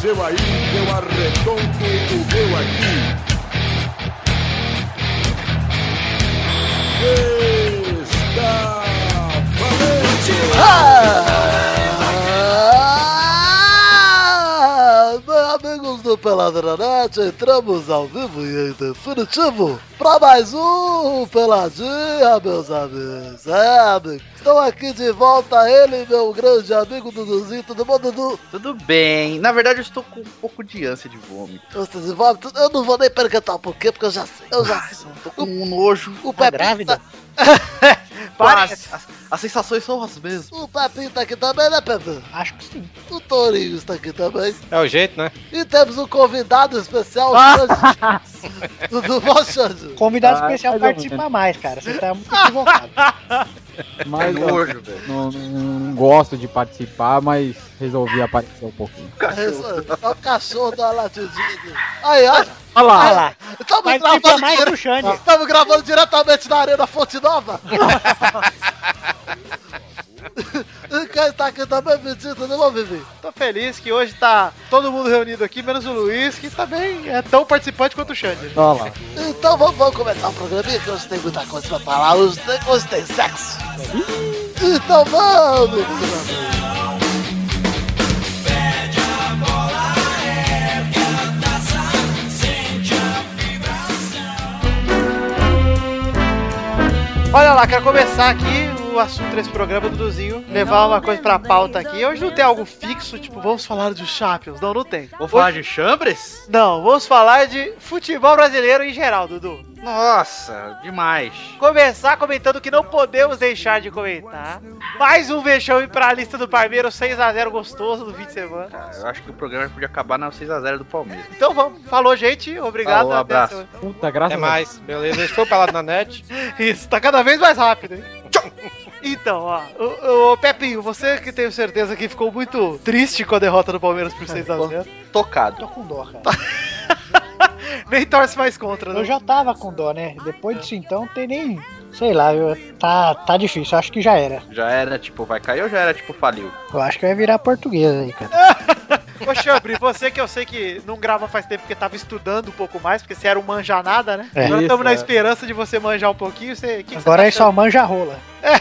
seu aí, que eu arredondo o meu aqui. Está valente! Amigos do Peladranet, entramos ao vivo e em definitivo para mais um Peladinha, meus amigos. Amigo, estou aqui de volta, ele, meu grande amigo Duduzinho. Tudo bom, Dudu? Tudo bem. Na verdade, eu estou com um pouco de ânsia de vômito. Ânsia de vômito? Eu não vou nem perguntar por quê, porque eu já sei. Tô com um nojo. O Pepinho grávida? As sensações são as mesmas. O Pepinho tá aqui também, né, Pepinho? Acho que sim. O Torinho está aqui também. É o jeito, né? E temos um convidado especial, Xande. Tudo bom, Xande? Convidado especial participa mais, cara. Você tá muito equivocado. Mas Nojo, velho. não gosto de participar, mas resolvi aparecer um pouquinho. É o cachorro da latidinha. Aí, olha. Olha lá. Olha lá. Estamos Participa gravando, mais do Xande. estamos gravando diretamente na Arena Fonte Nova. E quem tá aqui também, Vitinho, tudo bom, Vivi? Tô feliz que hoje tá todo mundo reunido aqui, menos o Luiz, que também é tão participante quanto o Xande. Olha lá. Então vamos começar o programinha, que hoje tem muita coisa pra falar, hoje tem sexo. Então vamos, meu amigo. Olha lá, quero começar aqui o assunto desse programa, Duduzinho, levar uma coisa pra pauta aqui. Hoje não tem algo fixo, tipo, vamos falar de Champions. Não tem. Vou falar de Chambres? Não, vamos falar de futebol brasileiro em geral, Dudu. Nossa, demais. Começar comentando que não podemos deixar de comentar. Mais um vexame pra lista do Palmeiras, 6x0 gostoso no fim de semana. Cara, eu acho que o programa podia acabar na 6x0 do Palmeiras. Então vamos. Falou, gente. Obrigado. Falou, abraço. Até Puta, Até graças a Deus. mais, beleza? Esse foi o Pelado na Net. Isso, tá cada vez mais rápido, hein? Então, ó, o Pepinho, você que tenho certeza que ficou muito triste com a derrota do Palmeiras por 6x0. Tocado. Tô com dó, cara. Nem torce mais contra, né? Eu já tava com dó, né? Depois disso então, não tem nem... Sei lá, tá difícil. Eu acho que já era. Já era, tipo, vai cair ou já era, tipo, faliu? Eu acho que vai virar português aí, cara. Ô, Chambre, você que eu sei que não grava faz tempo porque tava estudando um pouco mais, porque você era um manja nada, né? É. Agora estamos na Isso, esperança de você manjar um pouquinho. Que Agora você aí só manja rola.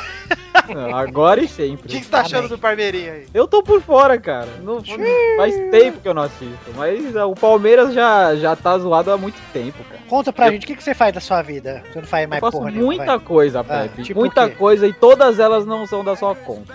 Agora e O sempre. que você tá achando Amém. do Palmeirinha aí? Eu tô por fora, cara. Faz tempo que eu não assisto. Mas o Palmeiras já tá zoado há muito tempo, cara. Conta pra gente, o que você faz da sua vida? Você não faz Eu mais faço porra nenhuma, muita coisa, Ah, Pepe. tipo muita o quê? coisa e todas elas não são da sua conta.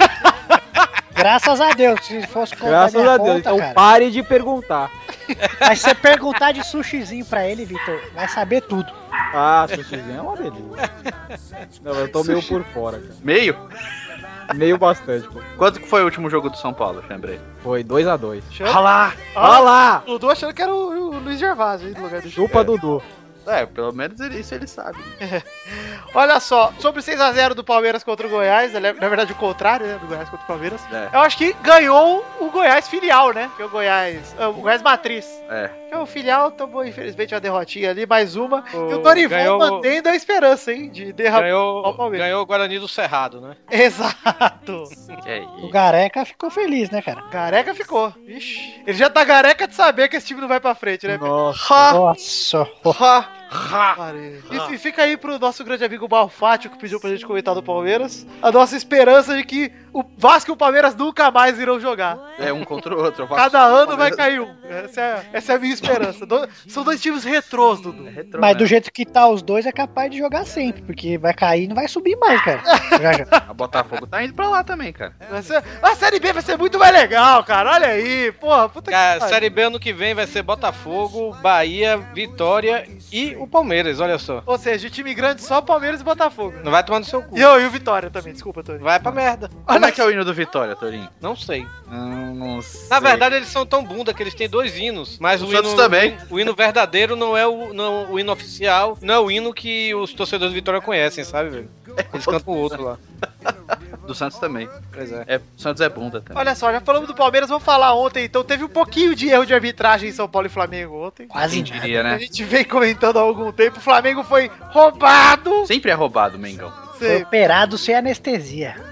Graças a Deus, se fosse contar Graças minha a Deus. conta, Então cara. pare de perguntar. Mas se você perguntar de sushizinho pra ele, Vitor, vai saber tudo. Ah, sushizinho é uma delícia. Não, eu tô meio por fora, cara. Meio? Meio bastante, pô. Quanto que foi o último jogo do São Paulo, Chambre? Foi 2x2. Olha lá! Olha lá! O Dudu achando que era o Luiz Gervásio aí no lugar do Chupa Dudu. É, pelo menos isso ele sabe. Olha só, sobre o 6x0 do Palmeiras contra o Goiás, na verdade o contrário, né, do Goiás contra o Palmeiras, É. eu acho que ganhou o Goiás filial, né, que é o Goiás matriz. É. Porque o filial tomou, infelizmente, uma derrotinha ali, mais uma, e o O- Dorival ganhou- mantendo a esperança, hein, de derramar o Palmeiras. Ganhou o Guarani do Cerrado, né? Exato. Que é O isso. Gareca ficou feliz, né, cara? Careca ficou. Ixi. Ele já tá careca de saber que esse time não vai pra frente, né? Nossa. Ha, Nossa. ha, ha. E fica aí pro nosso grande amigo Malfátio, que pediu pra gente comentar do Palmeiras, a nossa esperança de que o Vasco e o Palmeiras nunca mais irão jogar. É um contra o outro. Cada ano vai cair um. Essa é a minha esperança. São dois times retrôs, Dudu. É retrô, Mas né? do jeito que tá os dois, é capaz de jogar sempre, porque vai cair e não vai subir mais, cara. Já, já. A Botafogo tá indo pra lá também, cara. A Série B vai ser muito mais legal, cara. Olha aí. Porra, puta Cara, que pariu. Série B ano que vem vai ser Botafogo, Bahia, Vitória e o Palmeiras, olha só. Ou seja, time grande só Palmeiras e Botafogo. Não vai tomar no seu cu. E o Vitória também, desculpa, Tony. Vai pra merda. Como é que é o hino do Vitória, Torinho? Não sei. Não sei. Na verdade, eles são tão bunda que eles têm dois hinos. Mas O o Santos hino também. O hino verdadeiro não é o hino oficial, não é o hino que os torcedores do Vitória conhecem, sabe, velho? Eles cantam o outro lá. Do Santos também. Pois é. O Santos é bunda também. Olha só, já falamos do Palmeiras, vamos falar ontem, então teve um pouquinho de erro de arbitragem em São Paulo e Flamengo ontem. Quase Quem nada. diria, A né? gente vem comentando há algum tempo, o Flamengo foi roubado. Sempre é roubado, Mengão. Foi Sim. operado sem anestesia.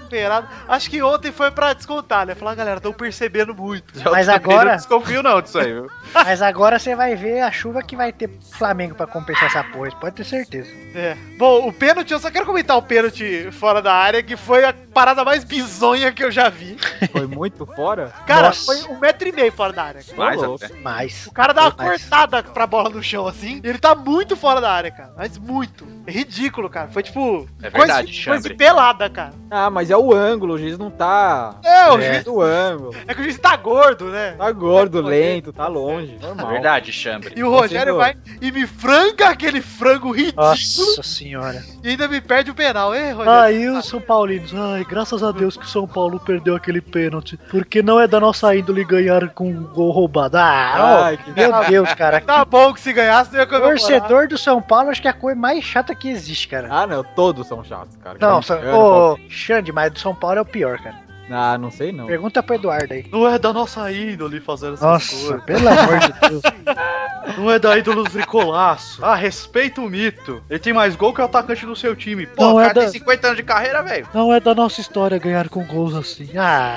desesperado. Acho que ontem foi pra descontar, né? Falar, galera, estão percebendo muito. Mas agora- Não desconfio não disso aí, viu? Mas agora você vai ver a chuva que vai ter pro Flamengo pra compensar essa porra, isso pode ter certeza. É. Bom, o pênalti, eu só quero comentar o pênalti fora da área, que foi a parada mais bizonha que eu já vi. Foi muito fora? Cara, Nossa. foi 1,5 m fora da área. Cara. Mais louco. até. Mas. O cara dá uma Mas- cortada pra bola no chão assim, e ele tá muito fora da área, cara. Mas muito. É ridículo, cara. Foi tipo. É verdade, coisa chambre. de pelada, cara. Ah, mas é o ângulo, o juiz não tá. É, o É. juiz. Do ângulo. É que o juiz tá gordo, né? Tá gordo, lento, tá longe. É Normal. verdade, chambre. E o Rogério vai e me franca aquele frango ridículo Nossa senhora. e ainda me perde o penal. Ei, Rogério. Aí os São Paulinos, graças a Deus que o São Paulo perdeu aquele pênalti, porque não é da nossa índole ganhar com um gol roubado. Ai, que Meu Deus, cara. Tá bom que se ganhasse, não ia comemorar. Torcedor do São Paulo, acho que é a coisa mais chata que existe, cara. Ah, não, todos são chatos, cara. Não, Corintiano, ô, Xande, mas do São Paulo é o pior, cara. Ah, não sei não. Pergunta pro Eduardo aí. Não é da nossa índole fazer essas Nossa, coisas. pelo amor de Deus. Não é da índole dos ricolaço. Respeita o mito. Ele tem mais gol que o atacante do seu time. Pô, Não o é cara da... tem 50 anos de carreira, velho. Não é da nossa história ganhar com gols assim.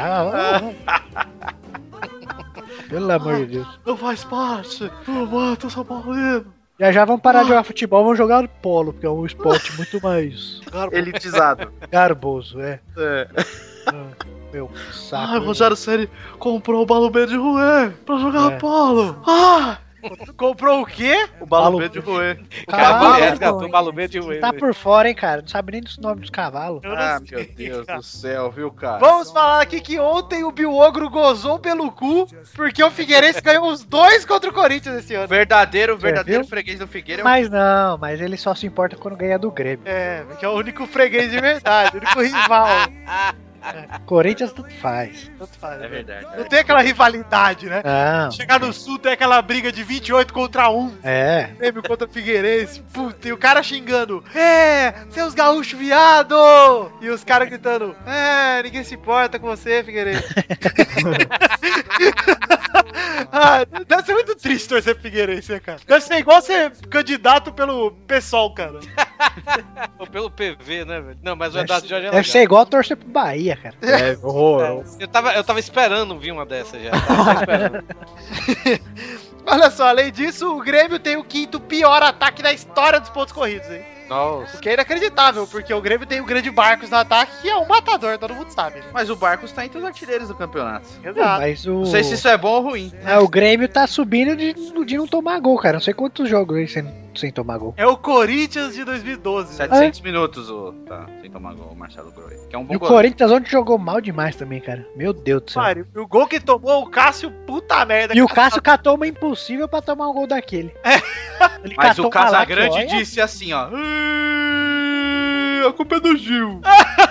Pelo amor de Deus. Não faz parte. Não mata o São Paulino. Já vamos parar de jogar futebol, vamos jogar polo, porque é um esporte muito mais Elitizado. garboso, é. É. Meu saco. Ai, o Rogério Ceni comprou o Balubê de Ruê pra jogar É. polo. Comprou o quê? O Balubê de Ruê. O cara Cavalo, resgatou pô. o balubê de Tá por fora, hein, cara. Não sabe nem dos nomes dos cavalos. Eu não Ah, sei, meu Deus cara. do céu, viu, cara? Vamos falar aqui que ontem o Biogro gozou pelo cu, porque o Figueirense ganhou os 2 contra o Corinthians esse ano. Verdadeiro viu? freguês do Figueira. Mas não, mas ele só se importa quando ganha do Grêmio. É, porque é o único freguês de verdade, o único rival. Corinthians tudo faz. Tanto faz, É né? verdade. Não tem aquela rivalidade, né? Não, Chegar no Sul tem aquela briga de 28 contra 1. é. Grêmio contra Figueirense. Puta, e o cara xingando. Seus gaúchos viado! E os caras gritando. Ninguém se importa com você, Figueirense. Deve ser muito triste torcer pro Figueirense, né, cara? Deve ser igual ser candidato pelo PSOL, cara. Ou pelo PV, né, velho? Não, mas o Eduardo Jorge é Deve legal. ser igual torcer pro Bahia, cara. É, horror. Eu tava esperando vir uma dessas já. Tava esperando. Olha só, além disso, o Grêmio tem o 5º pior ataque da história dos pontos corridos, hein? Nossa. O que é inacreditável, porque o Grêmio tem o grande Barcos no ataque, que é um matador, todo mundo sabe, né? Mas o Barcos tá entre os artilheiros do campeonato. Exato. Mas o. Não sei se isso é bom ou ruim. O Grêmio tá subindo de não tomar gol, cara. Não sei quantos jogos aí sem tomar gol. É o Corinthians de 2012. 700 minutos tá, sem tomar gol, o Marcelo Groi. Que é um bom E o goleiro. Corinthians ontem jogou mal demais também, cara. Meu Deus do céu. Mário, e o gol que tomou o Cássio, puta merda. E o Cássio catou uma impossível pra tomar um gol daquele. Ele Mas catou o uma Casagrande lá que, olha, disse assim, ó. A culpa é do Gil.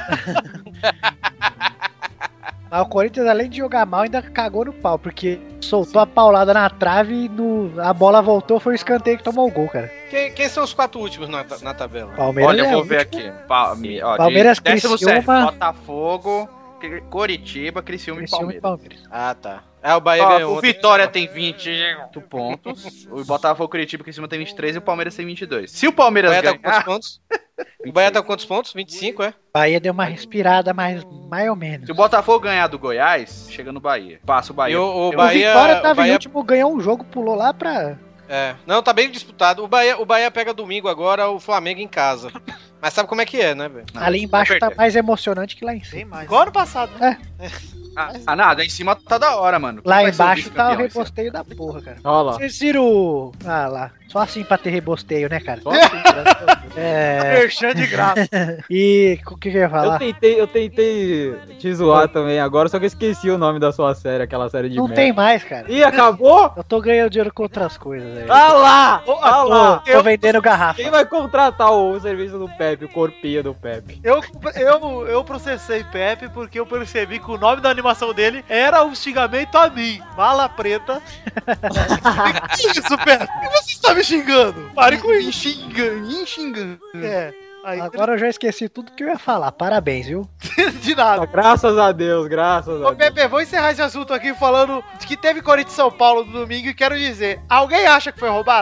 Mas o Corinthians, além de jogar mal, ainda cagou no pau, porque soltou a paulada na trave e a bola voltou, foi o escanteio que tomou o gol, cara. Quem são os 4 últimos na tabela? Palmeiras Olha, eu é vou o ver último. aqui. Palmeiras, 17º, Criciúma. Botafogo, Coritiba, Criciúma e Criciúma e Palmeiras. Palmeiras. Ah, tá. O Bahia Ó, ganhou o ontem. Vitória tem 28 pontos, o Botafogo, Curitiba e Criciúma tem 23 e o Palmeiras tem 22. Se o O Palmeiras Bahia tá com quantos ganhar, pontos? O Bahia tá com quantos pontos? 25, é? Bahia deu uma respirada, mais ou menos. se o Botafogo ganhar do Goiás, chega no Bahia. Passa o E Bahia. o O Bahia... Vitória tava o Bahia- em último, ganhou um jogo, pulou lá pra... É. Não, tá bem disputado. O Bahia pega domingo agora o Flamengo em casa. Mas sabe como é que é, né, velho? Não, Ali embaixo vai tá perder. mais emocionante que lá em Bem cima. mais. Igual ano passado, né? Nada, em cima tá da hora, mano. Quem Lá vai ser o embaixo tá o vice-campeão esse ano? rebosteio da porra, cara. Olha lá. Vocês viram... Ah lá, só assim pra ter rebosteio, né, cara? Só assim, graças a Deus. É... Merchan de graça. E o que eu ia falar? Eu tentei te zoar também agora, só que eu esqueci o nome da sua série, aquela série de Não merda. tem mais, cara. Ih, acabou? Eu tô ganhando dinheiro com outras coisas aí. Ah lá! Ah lá! Tô vendendo garrafa. Quem vai contratar o serviço do Pepe, o corpinho do Pepe? Eu processei Pepe porque eu percebi que o nome da animação dele era um xingamento a mim. Mala preta. Que isso, Pepe? Por que você está me xingando? Pare com isso. Xingando. É. Aí, Agora eu já esqueci tudo que eu ia falar. Parabéns, viu? de nada. Graças a Deus, graças a Ô, Deus. Pepe, vou encerrar esse assunto aqui falando de que teve Corinthians e São Paulo no domingo e quero dizer, alguém acha que foi roubado?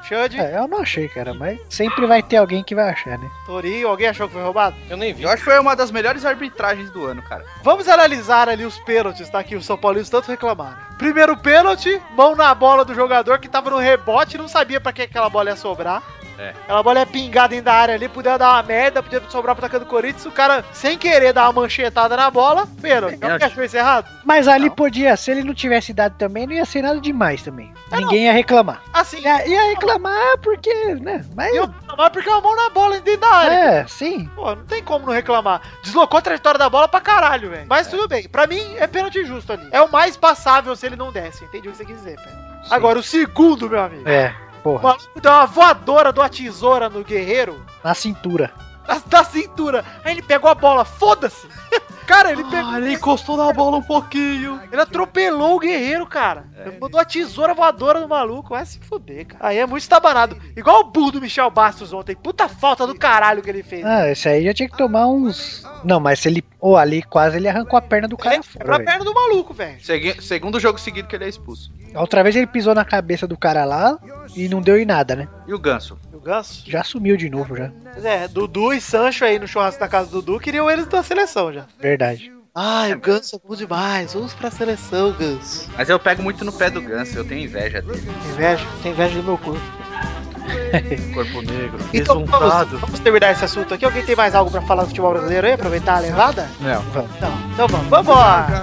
Xande, Eu não achei, cara, mas sempre vai ter alguém que vai achar, né? Torinho, alguém achou que foi roubado? Eu nem vi. Eu acho que foi uma das melhores arbitragens do ano, cara. Vamos analisar ali os pênaltis, tá? Que os São Paulinos tanto reclamaram. Primeiro pênalti, mão na bola do jogador que tava no rebote, não sabia pra que aquela bola ia sobrar. Aquela bola ia pingar dentro da área ali, podia dar uma merda, podia sobrar pro atacante do Corinthians, o cara, sem querer, dar uma manchetada na bola, pênalti. Não achou isso errado? Mas ali podia, se ele não tivesse dado também, não ia ser nada demais também. Ninguém ia reclamar. Assim, Ia reclamar porque, né? Mas. eu reclamar porque é uma mão na bola dentro da área. Sim. Pô, não tem como não reclamar. Deslocou a trajetória da bola pra caralho, velho. Mas tudo bem, pra mim é pênalti justo ali. É o mais passável se ele não desse, entendi o que você quis dizer, velho. Agora, o segundo, meu amigo. O Porra. maluco deu uma voadora de uma tesoura no Guerreiro. Na cintura. Da cintura. Aí ele pegou a bola, foda-se. Cara, ele pegou. Ele encostou na bola um pouquinho. Ele atropelou o Guerreiro, cara. Ele mandou a tesoura voadora no maluco. Vai se fuder, cara. Aí é muito estabanado. Igual o burro do Michel Bastos ontem. Puta falta do caralho que ele fez. Esse aí já tinha que tomar uns. Não, mas se ele. Ali quase ele arrancou a perna do cara fora. Pra velho. perna do maluco, velho. Segundo jogo seguido que ele é expulso. A outra vez ele pisou na cabeça do cara lá e não deu em nada, né? E o Ganso? O Ganso? Já sumiu de novo já. Dudu e Sancho aí no churrasco da casa do Dudu queriam eles da seleção já. Verdade. Ai, o Ganso é bom demais. Vamos pra seleção, Ganso. Mas eu pego muito no pé do Ganso, eu tenho inveja dele. Tem inveja do meu corpo. Corpo negro. Então vamos terminar esse assunto aqui. Alguém tem mais algo pra falar do futebol brasileiro aí? Aproveitar a levada? Não. Não. Então vambora!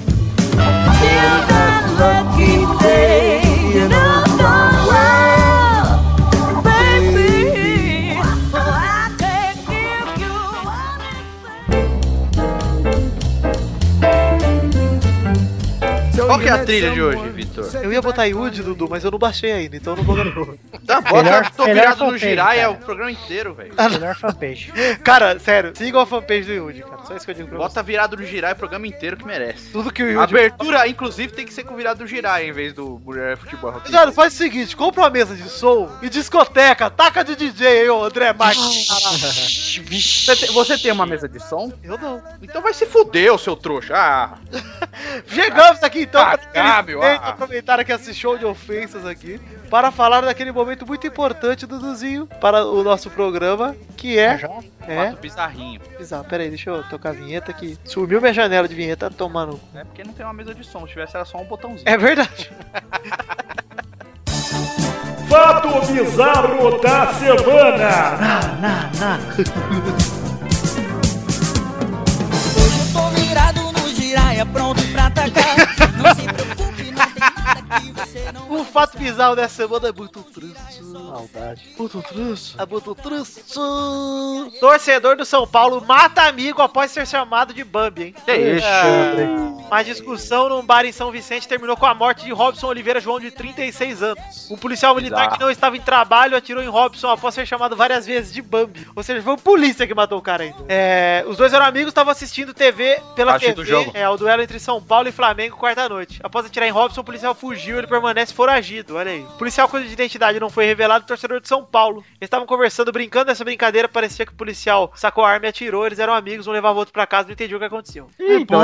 Qual que é a trilha de hoje, Vitor? Eu ia botar Yudi, Dudu, mas eu não baixei ainda, então eu não vou gravar. Tá, bota, tô melhor virado no fanpage, Jiraiya cara. o programa inteiro, velho. Melhor fanpage. Cara, sério, sigam a fanpage do Yudi, cara. Só isso que eu digo pra Bota virado no Jiraiya o programa inteiro que merece. Tudo que o A Yudi... abertura, inclusive, tem que ser com virado do Jiraiya em vez do Mulher Futebol. Cara, faz o seguinte, compra uma mesa de som e discoteca, taca de DJ aí, ô André Marques. Você tem uma mesa de som? Eu não. Então vai se fuder, ô seu trouxa. Ah, Chegamos aqui então Cábio, aproveitar que esse show de ofensas aqui para falar daquele momento muito importante, Duduzinho, para o nosso programa, que é... fato bizarrinho. Exato, peraí, deixa eu tocar a vinheta aqui. Sumiu minha janela de vinheta, tomando. É porque não tem uma mesa de som, se tivesse era só um botãozinho. É verdade. Fato bizarro da semana. Hoje eu tô virado no Jiraiya, pronto pra atacar. Não se preocupe, não tem nada que você não... O fato bizarro dessa semana é muito triste. Maldade. Muito triste. É muito triste. Torcedor do São Paulo mata amigo após ser chamado de Bambi, hein? Que isso? Uma discussão num bar em São Vicente terminou com a morte de Robson Oliveira João, de 36 anos. Um policial militar que não estava em trabalho atirou em Robson após ser chamado várias vezes de Bambi. Ou seja, foi o polícia que matou o cara ainda. Os dois eram amigos, estavam assistindo TV pela TV. Do jogo. O duelo entre São Paulo e Flamengo, quarta-noite. Após atirar em Robson, o policial fugiu e ele permanece foragido, olha aí. O policial com identidade não foi revelado, torcedor de São Paulo. Eles estavam conversando, brincando nessa brincadeira, parecia que o policial sacou a arma e atirou, eles eram amigos, um levava o outro pra casa, não entendiam o que aconteceu. Então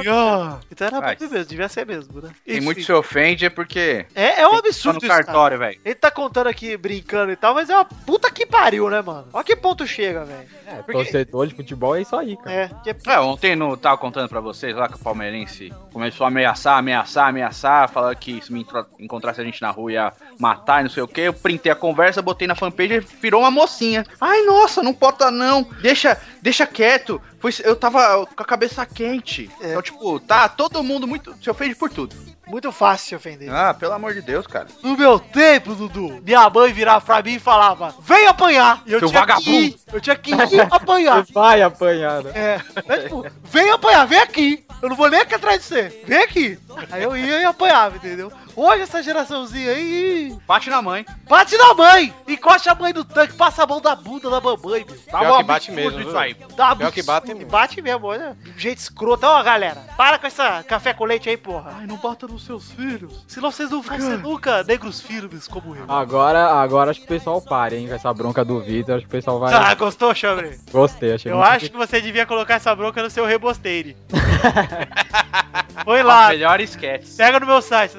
Então era Bambi mesmo, devia ser mesmo, né? Quem Enfim. muito se ofende é porque... É um tá absurdo no isso, cara. cartório, velho. Ele tá contando aqui, brincando e tal, mas é uma puta que pariu, né, mano? Olha que ponto chega, velho. Torcedor de futebol é isso aí, cara. Ontem não tava contando pra vocês lá que o palmeirense começou a ameaçar, falando que se me encontrasse a gente na rua ia matar e não sei o que. Eu printei a conversa, botei na fanpage e virou uma mocinha. Ai, nossa, não pode não, deixa quieto. Eu tava com a cabeça quente. Então, tipo, tá todo mundo muito se ofende por tudo. Muito fácil se ofender. Ah, pelo amor de Deus, cara. No meu tempo, Dudu, minha mãe virava pra mim e falava: vem apanhar! E eu Seu tinha vagabundo. eu tinha que ir apanhar. Você vai apanhar, né? Tipo, vem apanhar, vem aqui. Eu não vou nem aqui atrás de você. Vem aqui. Aí eu ia e apanhava, entendeu? Hoje essa geraçãozinha aí... Bate na mãe. Bate na mãe! Encosta a mãe no tanque, passa a mão da bunda da mamãe, meu. Tá Pior bom, que bate absurdo mesmo, isso viu? aí. Dá Pior que bate mesmo. Bate mesmo, olha. De um jeito escroto. Ó, galera, para com essa café com leite aí, porra. Ai, não bata nos seus filhos. Senão vocês não vão ser nunca negros firmes como eu. Agora acho que o pessoal para, hein? Com essa bronca do Vitor, acho que o pessoal vai... Ah, gostou, Chambre? Gostei, achei Eu muito acho que você devia colocar essa bronca no seu rebosteire. Foi As lá, melhores sketches. pega no meu site,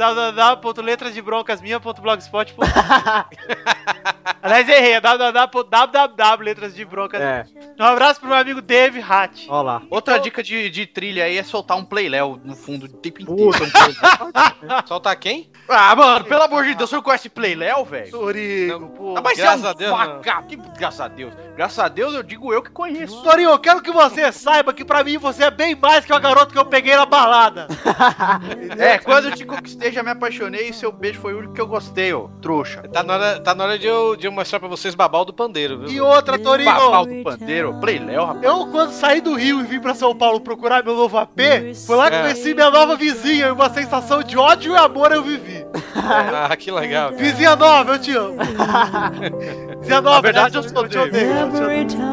www.letrasdebroncasminha.blogspot.com. Aliás, errei, é www.letrasdebroncas.com. Um abraço pro meu amigo Dave Hatt. Ó lá. Outra dica de trilha aí é soltar um playléu no fundo o tempo inteiro. Soltar quem? Ah, mano, pelo amor de Deus, você não conhece playléu, velho? Torinho, pô. Ah, mas graças você é um a Deus, não. vaca- Que graças a Deus. Graças a Deus, eu digo eu que conheço. Torinho, eu quero que você saiba que pra mim você é bem mais que o garoto que eu peguei na balada. É, quando eu te conquistei, já me apaixonei e seu beijo foi o único que eu gostei, ô trouxa. Tá na hora de eu mostrar pra vocês Babal do Pandeiro, viu? E outra, Torinho. Babal do pandeiro, playléu, rapaz. Eu, quando saí do Rio e vim pra São Paulo procurar meu novo AP, foi lá que conheci minha nova vizinha e uma sensação de ódio e amor eu vivi. Ah, que legal. Cara. Vizinha nova, eu te amo. Vizinha nova, Na verdade, né? eu te odeio. eu te odeio. Every time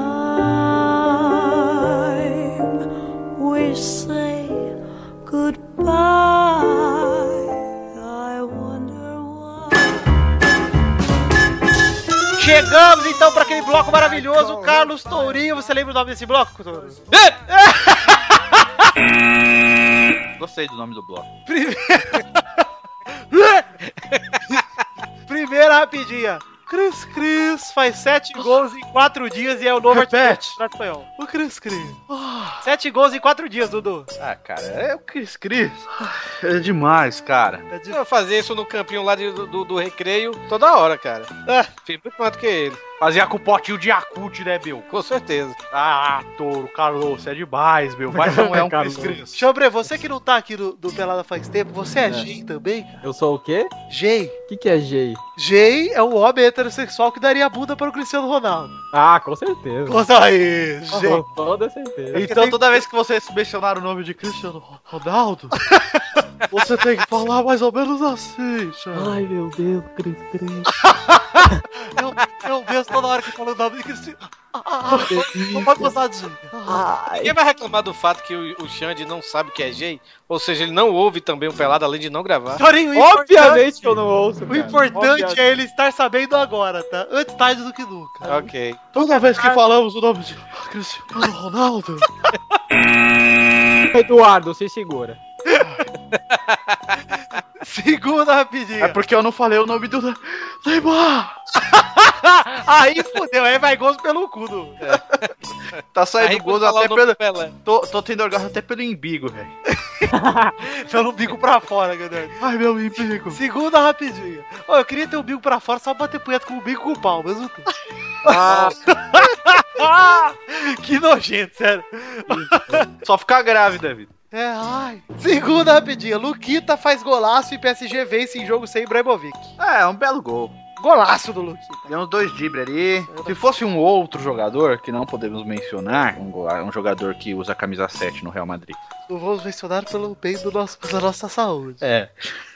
we say goodbye, I wonder why. Chegamos então pra aquele bloco maravilhoso, Carlos Tourinho. Você lembra o nome desse bloco, Tourinho? Gostei do nome do bloco. Primeira rapidinha. Cris faz 7 gols em 4 dias e é o novo artilheiro do Campeonato Espanhol. O Cris. 7 gols em 4 dias, Dudu. Ah, cara, é o Cris. É demais, cara. Eu fazia isso no campinho lá do recreio toda hora, cara. Fiz muito mais do que ele. Fazia com o potinho de Yakult, né, meu? Com certeza. Ah, touro, Carlos, você é demais, meu. Mas não é um Cris. Chobre, você que não tá aqui do Pelada faz tempo, você é gay também, cara? Eu sou o quê? Gay. O que é gay? Gay é um homem heterossexual que daria a bunda para o Cristiano Ronaldo. Ah, com certeza. Nossa, aí, gay. Com toda certeza. Então, toda vez que você mencionar o nome de Cristiano Ronaldo, você tem que falar mais ou menos assim, chama. Ai, meu Deus, Cris. Eu vejo toda hora que fala o nome de Cristiano. Não pode gostar de gente. Ninguém vai reclamar do fato que o Xande não sabe o que é gay, ou seja, ele não ouve também o Pelado, além de não gravar. Torinho, o Obviamente que eu não ouço, O importante é ele estar sabendo agora, tá? Antes tarde do que nunca. Ok. Toda vez que falamos o nome de Cristiano Ronaldo, Eduardo, se segura. Segunda rapidinha. é porque eu não falei o nome do Neymar. Aí fudeu, aí vai gosto pelo cu. Tá saindo Aí gozo quando falar até o nome pelo... do Pelé. Tô tendo orgasmo até pelo embigo, velho. Pelo umbigo pra fora, galera. Ai, meu embigo. Segunda rapidinha. Ô, eu queria ter o umbigo pra fora só pra bater punheta com o umbigo e com o pau, ao mesmo tempo. Que nojento, sério. Só ficar grávida, vida. É, ai. Segunda rapidinha. Luquita faz golaço e PSG vence em jogo sem Ibrahimovic. É um belo gol. Golaço do Luquita. Tem uns 2 dribles ali. Se fosse um outro jogador, que não podemos mencionar, um jogador que usa a camisa 7 no Real Madrid. Não vamos mencionar pelo bem da nossa saúde. É.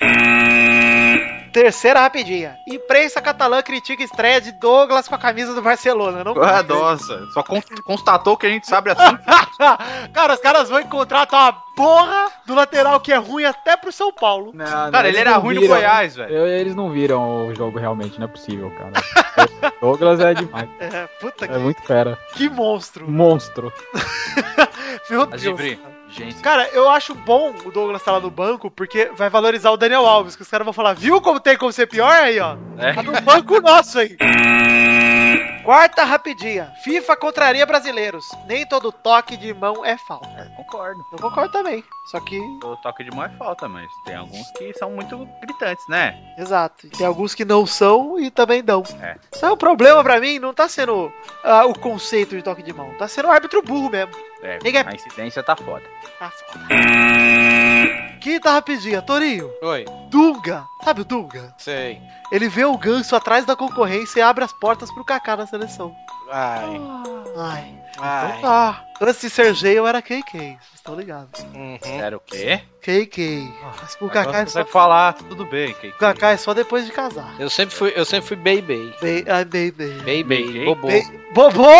Terceira rapidinha. Imprensa catalã critica a estreia de Douglas com a camisa do Barcelona. Não Ah, nossa. Só constatou que a gente sabe assim. Cara, os caras vão encontrar uma porra do lateral que é ruim até pro São Paulo. Não, Cara, ele eles era não ruim no viram. Goiás, velho. Eles não viram o jogo realmente, não é possível, cara. Douglas é demais. É, puta É muito fera. que monstro. Monstro. Meu Mas, Deus. Gibri, gente. Cara, eu acho bom o Douglas estar lá no banco, porque vai valorizar o Daniel Alves, que os caras vão falar, viu como tem como ser pior aí, ó? É. Tá no banco nosso aí. Quarta rapidinha. FIFA contraria brasileiros. Nem todo toque de mão é falta. Concordo. Eu concordo também. Só que, O toque de mão é falta, mas tem alguns que são muito gritantes, né? exato. E tem alguns que não são e também dão. É. Então o problema pra mim não tá sendo o conceito de toque de mão. Tá sendo o árbitro burro mesmo. É, Ninguém- a incidência tá foda. Tá foda. Quinta rapidinha. Torinho. Oi, Dunga. Sabe o Dunga? sei. Ele vê o Ganso atrás da concorrência e abre as portas pro Kaká na seleção. Ai, Ai. ai. Então tá. Antes de ser Gay, eu era KK. Vocês estão ligados. Uhum. Era o quê? KK. Mas com o Kaká é só... Você falar, tudo bem. O Kaká é só depois de casar. Eu sempre fui baby. Baby. Baby, Gay? bobô. Bobô!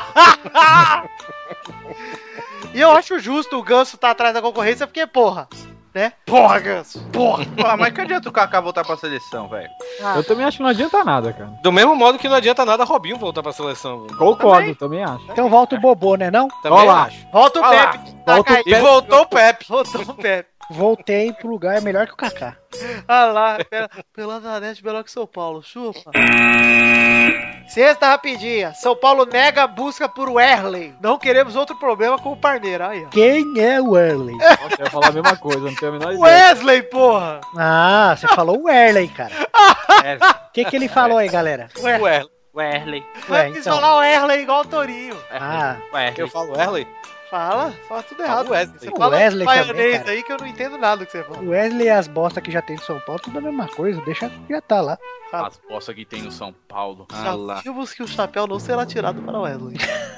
E eu acho justo o Ganso tá atrás da concorrência, porque, porra, né? Porra, Ganso! Porra! Ah, mas que adianta o Kaká voltar pra seleção, velho? Eu também acho que não adianta nada, cara. Do mesmo modo que não adianta nada Robinho voltar pra seleção. velho. Concordo, também acho. Então volta o Bobô, né não? Também Ó lá. acho. Volta o Olha lá. Pepe! Volta o Taca aí. E voltou o Pepe. Voltou o Pepe. Voltei pro lugar melhor que o Kaká. Ah lá, pela Nanete melhor que São Paulo, chupa. Sexta rapidinha. São Paulo nega a busca por Werley. Não queremos outro problema com o Parmeira. Aí, ó. Quem é o Wesley? Nossa, eu ia falar a mesma coisa, não tenho a menor ideia. Wesley, porra! Ah, você falou o Werley, cara. O que ele falou aí, galera? Ué, Werley. Vai quis falar o Werley igual o Torinho. Ah, eu falo Werley? Fala tudo errado. Wesley. Você O fala Wesley também, maionese cara. aí que eu não entendo nada do que você fala. o Wesley e as bostas que já tem de São Paulo, tudo a mesma coisa. Deixa que já tá lá. As postas que tem no São Paulo. Ah lá. Sabíamos que o chapéu não será tirado para o Wesley.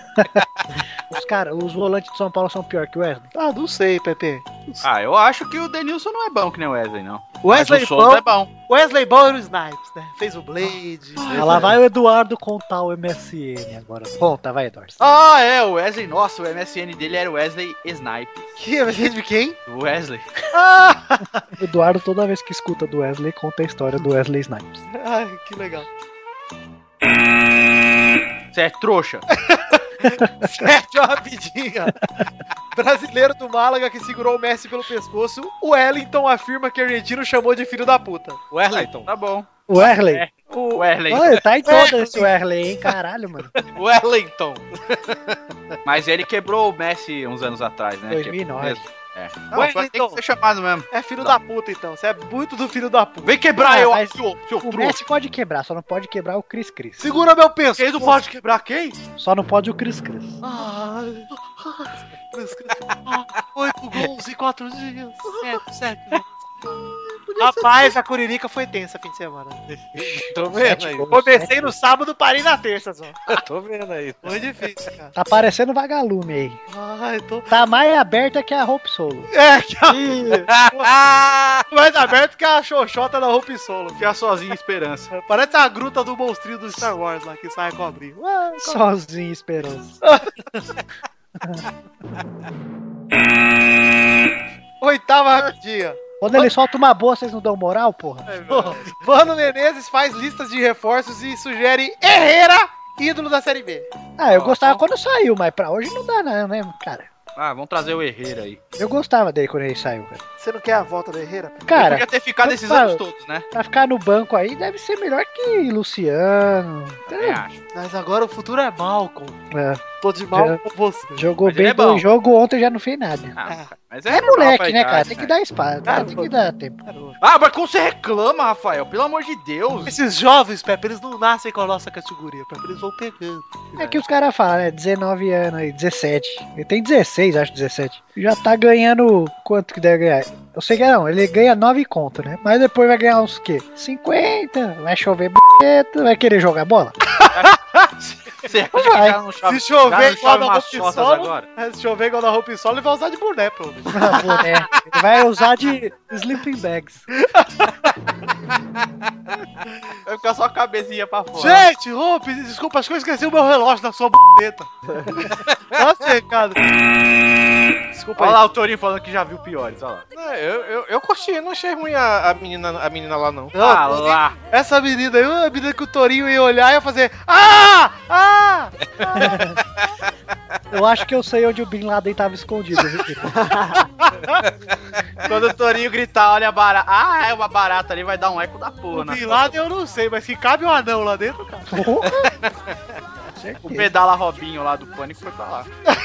Os volantes de São Paulo são pior que o Wesley. Ah, não sei, Pepe. Ah, eu acho que o Denilson não é bom que nem o Wesley, não. Wesley Mas o Souza é bom. Wesley Ball era o Snipes, né? Fez o Blade. Ah, lá vai o Eduardo contar o MSN agora. Conta, vai, Eduardo. Ah, é, o Wesley. Nossa, o MSN dele era o Wesley Snipe. Que é de quem? O Wesley. O Eduardo, toda vez que escuta do Wesley, conta a história do Wesley Snipes. Ai, que legal. Você é trouxa. Sete, rapidinha. Brasileiro do Málaga que segurou o Messi pelo pescoço. O Wellington afirma que o argentino chamou de filho da puta. Werleyton. Tá bom. O Wesley? O Wesley. Olha, tá em todo esse Wesley, hein? Caralho, mano. Werleyton. Mas ele quebrou o Messi uns anos atrás, né? 2009. É. Não, Wesley, tem que ser chamado mesmo. É filho da puta, então. Você é muito do filho da puta. Vem quebrar Ah, eu, mas seu O trouxa. Messi pode quebrar, só não pode quebrar o Cris Cris. Segura meu pescoço. Quem não pode quebrar quem? Só não pode o Cris Cris. Ai, 8 gols em 4 dias. 7. Rapaz, a Curirica foi tensa fim de semana. Tô vendo aí. Comecei no sábado, parei na terça só. Tô vendo aí. Foi difícil, cara. Tá parecendo vagalume aí. Ai, tô. Tá mais aberta que a Hope Solo. É, que mais aberto que a xoxota da Hope Solo. Ficar sozinho em esperança. Parece a gruta do monstrinho do Star Wars lá que sai a cobrinha. Sozinho, esperança. Oitava rapidinha. Quando ele solta uma boa, vocês não dão moral, porra? Mano Menezes faz listas de reforços e sugere Herrera, ídolo da Série B. Ah, eu gostava quando saiu, mas pra hoje não dá não, né, cara? Ah, vamos trazer o Herrera aí. Eu gostava dele quando ele saiu, cara. Você não quer a volta do Herrera? Ele Cara, podia ter ficado esses falo- anos todos, né? pra ficar no banco aí, deve ser melhor que Luciano. Também acho. Mas agora o futuro é Malcolm. É, Tô de mal Já- com você. jogou Mas ele bem é bom. 2 jogos, ontem já não fez nada. Ah, mas É normal moleque, pra né, cara? idade, Tem que dar espaço, Cara, tem que dar tempo. Ah, mas como você reclama, Rafael? Pelo amor de Deus. Esses jovens, Pepe, eles não nascem com a nossa categoria, Pepe, eles vão pegando. É que os caras falam, né? 19 anos aí, 17. Ele tem 16, acho, 17. Já tá ganhando quanto que deve ganhar? Eu sei que não, ele ganha 9 conto, né? Mas depois vai ganhar uns quê? 50, vai chover b****, vai querer jogar bola? Você acha Vai. que já não chove, Se chover já não igual chove da umas Hope chotas Solo, agora? se chover igual da Hope Solo, ele vai usar de boné, pelo menos. Boné. Ele vai usar de sleeping bags. Vai ficar só a cabecinha pra fora. Gente, Hope, desculpa, acho que eu esqueci o meu relógio na sua b****. Nossa, recado. Desculpa Olha aí. lá o Torinho falando que já viu piores, olha lá. Não, eu curti, não achei ruim a menina lá, não. Não, Ah lá. essa menina aí, a menina que o Torinho ia olhar e ia fazer Ah! Ah! Eu acho que eu sei onde o Bin Laden tava escondido, viu, Kiko? Quando o Torinho gritar, olha a barata. Ah, é uma barata ali, vai dar um eco da porra. O né? Bin Laden eu não sei, mas se cabe um anão lá dentro, cara. O pedala Robinho lá do Pânico foi pra lá.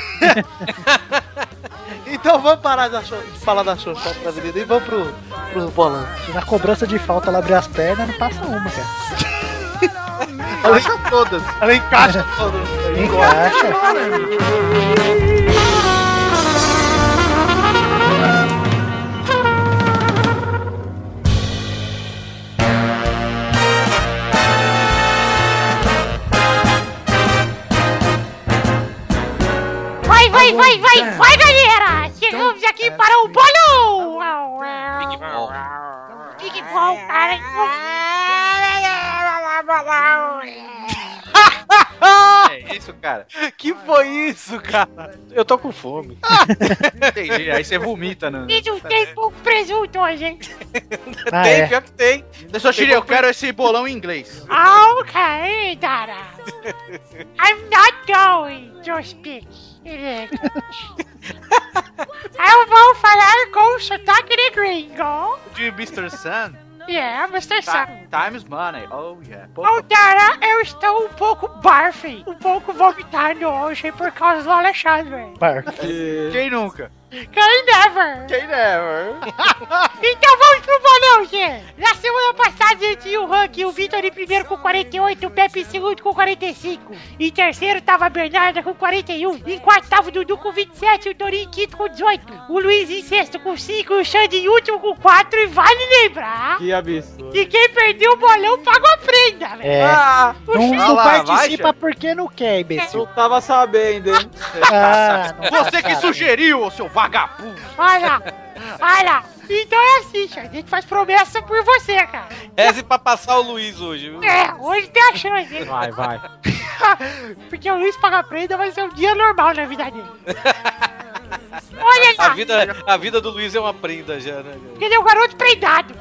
Então vamos parar de falar da Xoxota da avenida e vamos pro bolão. Na cobrança de falta, ela abre as pernas, não passa uma, cara. Ela deixa todas. Ela encaixa todo. Encaixa. Vai, galera! Chegamos aqui para o bolão! Big Ball, cara! É isso, cara. Que foi isso, cara? Eu tô com fome. Entendi. Aí você vomita, né? E não tem pouco presunto hoje, hein? Ah, Tem, é. pior que tem. Deixa eu eu quero esse bolão em inglês. Okay, Dara. I'm not going to speak English. Eu vou falar com o sotaque Mr. Sun? Yeah, Mr. Sun. Time's money. Oh, yeah. Oh, Dara, eu estou um pouco barfing, um pouco vomitado hoje por causa do Alexandre. Quem nunca? Quem never? Quem never? Então vamos pro bolão, gente. Na semana passada a gente tinha o ranking, o Vitor em primeiro com 48, o Pepe em segundo com 45. Em terceiro tava a Bernarda com 41. Em quarto tava o Dudu com 27, o Torinho em quinto com 18. O Luiz em sexto com 5, o Xande em último com 4. E vale lembrar Que absurdo. que quem perdeu o bolão pagou a prenda, velho. É. O Não, Xande- não lá, participa vai, porque não quer, imbecil. Eu tava sabendo, hein? Ah, não Você que sabe. sugeriu, ô seu vagabundo. Olha, olha. Então é assim, Xande, a gente faz promessa por você, cara. Reze pra passar o Luiz hoje, viu? É, hoje tem a chance, hein? Vai. Porque o Luiz paga prenda vai ser um dia normal na vida dele. Olha lá, A vida do Luiz é uma prenda já, né? cara? ele é um garoto prendado.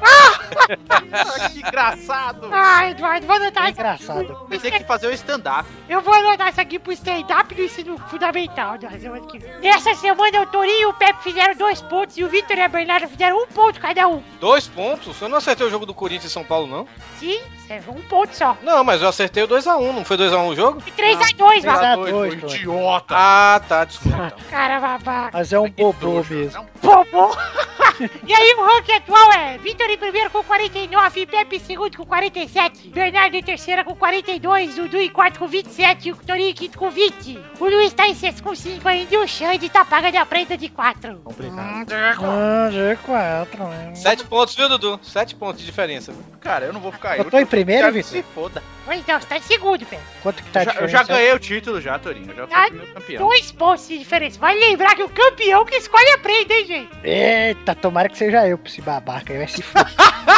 Que engraçado. Eduardo, vou anotar É isso. engraçado. Você tem que fazer o stand-up. Eu vou anotar isso aqui pro stand-up do ensino fundamental da semana que vem. Nessa semana o Torinho e o Pepe fizeram 2 pontos e o Vitor e a Bernarda fizeram 1 ponto cada um. 2 pontos? Eu não acertei o jogo do Corinthians e São Paulo, não? Sim, serve 1 ponto só. Não, mas eu acertei o 2x1, não foi 2x1 o jogo? E 3x2, vai. 3x2, Torinho. Idiota. Ah, tá, desculpa então. Cara, babaca. Mas é um bobô mesmo. Bobo. E aí o ranking atual é Vitor em primeiro com 49, Pepe em segundo com 47, Bernardo em terceira com 42, Dudu em quarto com 27 e o Torinho em quinto com 20. O Luiz tá em sexto com 5 ainda e o Xande tá pagando a prenda de 4. Ah, G4, né? 7 pontos, viu, Dudu? 7 pontos de diferença. Viu? Cara, eu não vou ficar aí. Eu tô em primeiro, Quero que Vitor? se foda. Pois não, você tá em segundo, Pepe. Quanto que tá a Eu já diferença? ganhei o título já, Torinho. Eu já fui Ah, o primeiro campeão. 2 pontos de diferença. Vai lembrar que o campeão que escolhe a prenda, hein, gente? Eita, tomara que seja eu pra esse babaca aí, vai se fuder.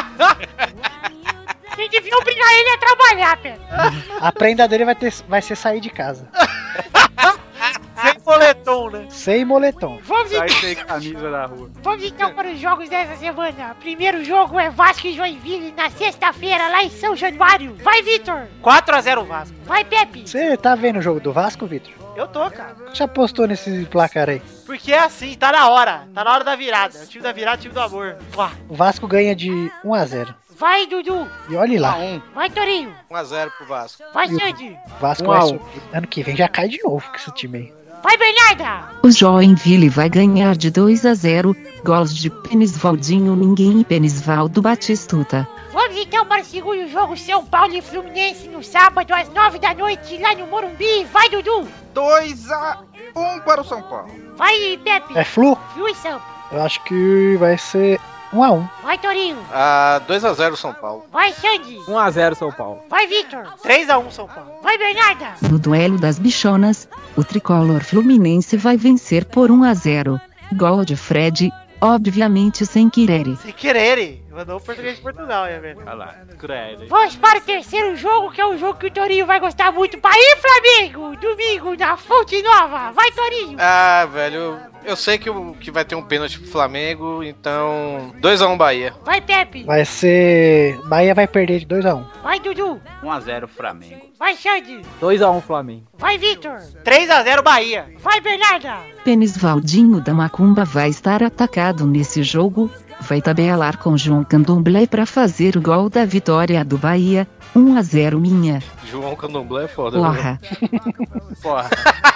Vocês deviam obrigar ele a trabalhar, Pepe. A prenda dele vai ser sair de casa. Sem boletom, né? Sem moletom. Vamos Sai então, sem camisa na rua. vamos então para os jogos dessa semana. Primeiro jogo é Vasco e Joinville na sexta-feira lá em São Januário. Vai, Vitor. 4x0 Vasco. Vai, Pepe. Você tá vendo o jogo do Vasco, Vitor? Eu tô, cara. Já apostou nesse placar aí? Porque é assim, tá na hora. Tá na hora da virada. O time da virada, o time do amor. Uá. O Vasco ganha de 1x0. Vai, Dudu. E olhe lá, Vai, Torinho. 1x0 pro Vasco. Vai, E o- Xande. o Vasco 1 a vai 1. subir. Ano que vem já cai de novo com esse time aí. Vai, Bernarda. O Joinville vai ganhar de 2-0, gols de Penisvaldinho Ninguém e Penisvaldo Batistuta. Vamos então para o segundo jogo São Paulo e Fluminense no sábado às 9 da noite lá no Morumbi. Vai, Dudu. 2-1 para o São Paulo. Vai, Pepe. É Flu? Flu e Sampa. Eu acho que vai ser 1x1. Vai, Torinho. 2x0 São Paulo. Vai, Xande. 1x0 São Paulo. Vai, Vitor. 3x1 São Paulo. Vai, Bernarda. No duelo das bichonas, o tricolor fluminense vai vencer por 1-0. Gol de Fred, obviamente sem querer. Sem querer. Mandou o português de Portugal, é velho. Olha lá. Credo. Vamos para o terceiro jogo, que é um jogo que o Torinho vai gostar muito. Vai, Flamengo. Domingo na Fonte Nova. Vai, Torinho. Ah, velho, eu sei que vai ter um pênalti pro Flamengo, então 2x1 Bahia. Vai, Pepe. Vai ser. Bahia vai perder de 2x1. Vai, Dudu. 1-0 Flamengo. Vai, Xande. 2x1 Flamengo. Vai, Vitor. 3x0 Bahia. Vai, Bernarda. Penisvaldinho da Macumba vai estar atacado nesse jogo, vai tabelar com João Candomblé para fazer o gol da vitória do Bahia, 1-0 minha. João Candomblé é foda, viu? Porra. Porra.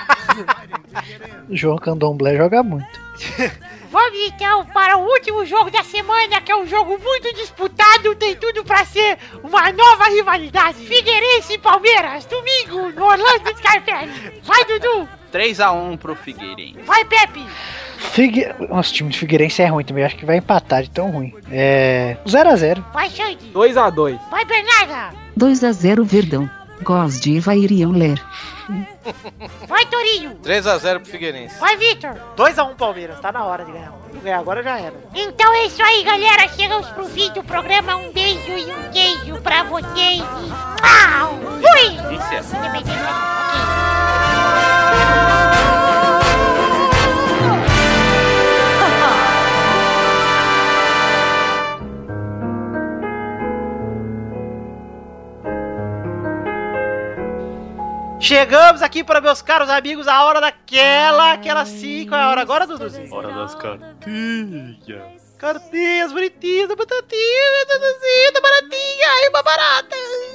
João Candomblé joga muito. Vamos então para o último jogo da semana, que é um jogo muito disputado, tem tudo pra ser uma nova rivalidade. Figueirense e Palmeiras, domingo, no Orlando Scarpelli. Vai, Dudu. 3-1 pro Figueirense. Vai, Pepe. Nossa, o time de Figueirense é ruim também. Acho que vai empatar de tão ruim. 0x0. Vai, Xande. 2x2. Vai, Bernarda. 2-0 Verdão, gols de Ivair e Euler. Vai, Torinho. 3x0 pro Figueirense. Vai, Vitor. 2x1 Palmeiras. Tá na hora de ganhar. Se não ganhar agora já era. Então é isso aí, galera. Chegamos pro fim do programa. Um beijo e um queijo pra vocês. E pau! Fui! Isso é. Ok. Chegamos aqui para meus caros amigos, a hora aquela sim. Qual é a hora agora, Duduzinho? Hora das cartinhas. Cartinhas bonitinhas, batatinha, Duduzinho, baratinha, aí uma barata.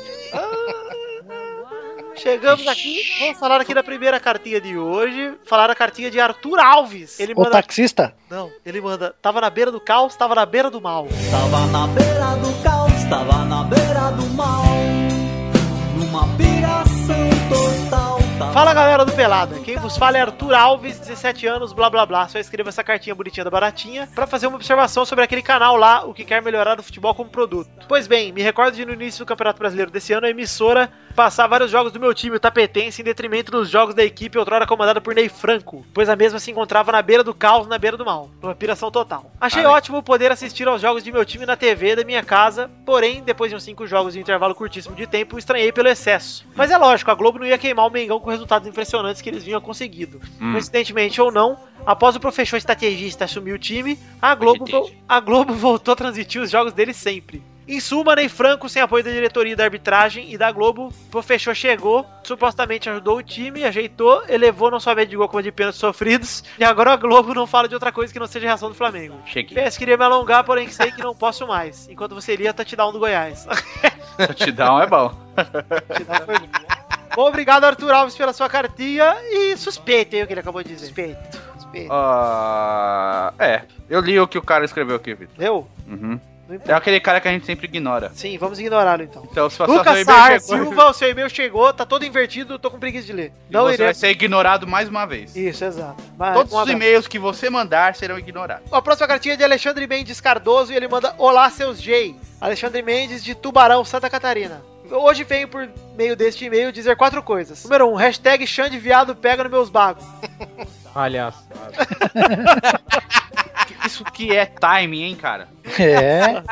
Chegamos aqui, vamos falar aqui da primeira cartinha de hoje. Falar a cartinha de Arthur Alves. Ele O taxista? Não, ele manda. Tava na beira do caos, tava na beira do mal. Tava na beira do caos, tava na beira do mal. Numa piração total. Fala galera do Pelada, quem vos fala é Arthur Alves, 17 anos, blá blá blá. Só escreva essa cartinha bonitinha da Baratinha pra fazer uma observação sobre aquele canal lá, o que quer melhorar o futebol como produto. Pois bem, me recordo de no início do Campeonato Brasileiro desse ano a emissora passar vários jogos do meu time, o Tapetense, em detrimento dos jogos da equipe outrora comandada por Ney Franco, pois a mesma se encontrava na beira do caos, na beira do mal, numa piração total. Achei ótimo poder assistir aos jogos de meu time na TV da minha casa, porém, depois de uns 5 jogos de intervalo curtíssimo de tempo, estranhei pelo excesso. Mas é lógico, a Globo não ia queimar o Mengão com resultados impressionantes que eles vinham conseguido. Coincidentemente ou não, após o professor estrategista assumir o time, a Globo voltou a transmitir os jogos dele sempre. Em suma, Ney Franco, sem apoio da diretoria da arbitragem e da Globo, o professor chegou, supostamente ajudou o time, ajeitou, elevou não só a média de gol como a de pênaltis sofridos, e agora a Globo não fala de outra coisa que não seja a reação do Flamengo. PS, queria me alongar, porém sei que não posso mais, enquanto você iria touchdown do Goiás. Touchdown é bom. Touchdown foi bom. Bom, obrigado, Arthur Alves, pela sua cartinha, e suspeito aí o que ele acabou de dizer. Suspeito. Eu li o que o cara escreveu aqui, Vitor. Leu? Uhum. É aquele cara que a gente sempre ignora. Sim, vamos ignorá-lo então. Então, se Lucas Sar Silva, o seu e-mail chegou, tá todo invertido, tô com preguiça de ler. Não você vai ser ignorado mais uma vez. Isso, exato. Todos os e-mails que você mandar serão ignorados. A próxima cartinha é de Alexandre Mendes Cardoso e ele manda: Olá, seus J. Alexandre Mendes de Tubarão, Santa Catarina. Hoje venho por meio deste e-mail dizer 4 coisas. Número 1, hashtag Xande Viado pega nos meus bagos. Palhaço. Isso que é timing, hein, cara? É.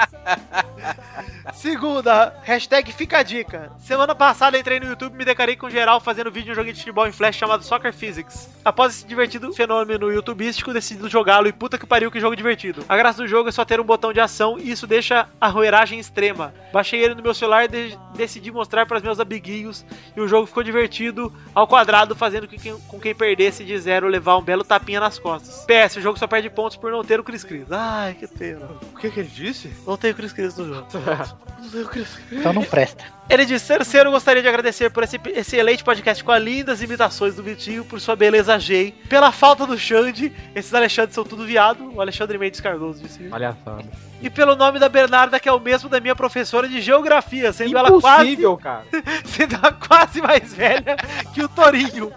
Segunda, hashtag fica a dica. Semana passada entrei no YouTube e me decarei com geral fazendo vídeo de um joguinho de futebol em flash chamado Soccer Physics. Após esse divertido fenômeno youtubístico, decidi jogá-lo e puta que pariu, que jogo divertido. A graça do jogo é só ter um botão de ação e isso deixa a roeragem extrema. Baixei ele no meu celular e decidi mostrar para os meus amiguinhos e o jogo ficou divertido ao quadrado, fazendo com quem perdesse de 0 levar um belo tapinha nas costas. PS, o jogo só perde pontos por não ter o Chris Cris. Ai, que pena. O que ele disse? Não tem o Chris Cris no jogo. Então não presta. Ele disse: terceiro, gostaria de agradecer por esse excelente podcast com as lindas imitações do Vitinho, por sua beleza G, pela falta do Xande. Esses Alexandres são tudo viado. O Alexandre Mendes Cardoso disse. Palhaçada. E pelo nome da Bernarda, que é o mesmo da minha professora de geografia, sendo impossível, cara. Sendo ela quase mais velha que o Torinho.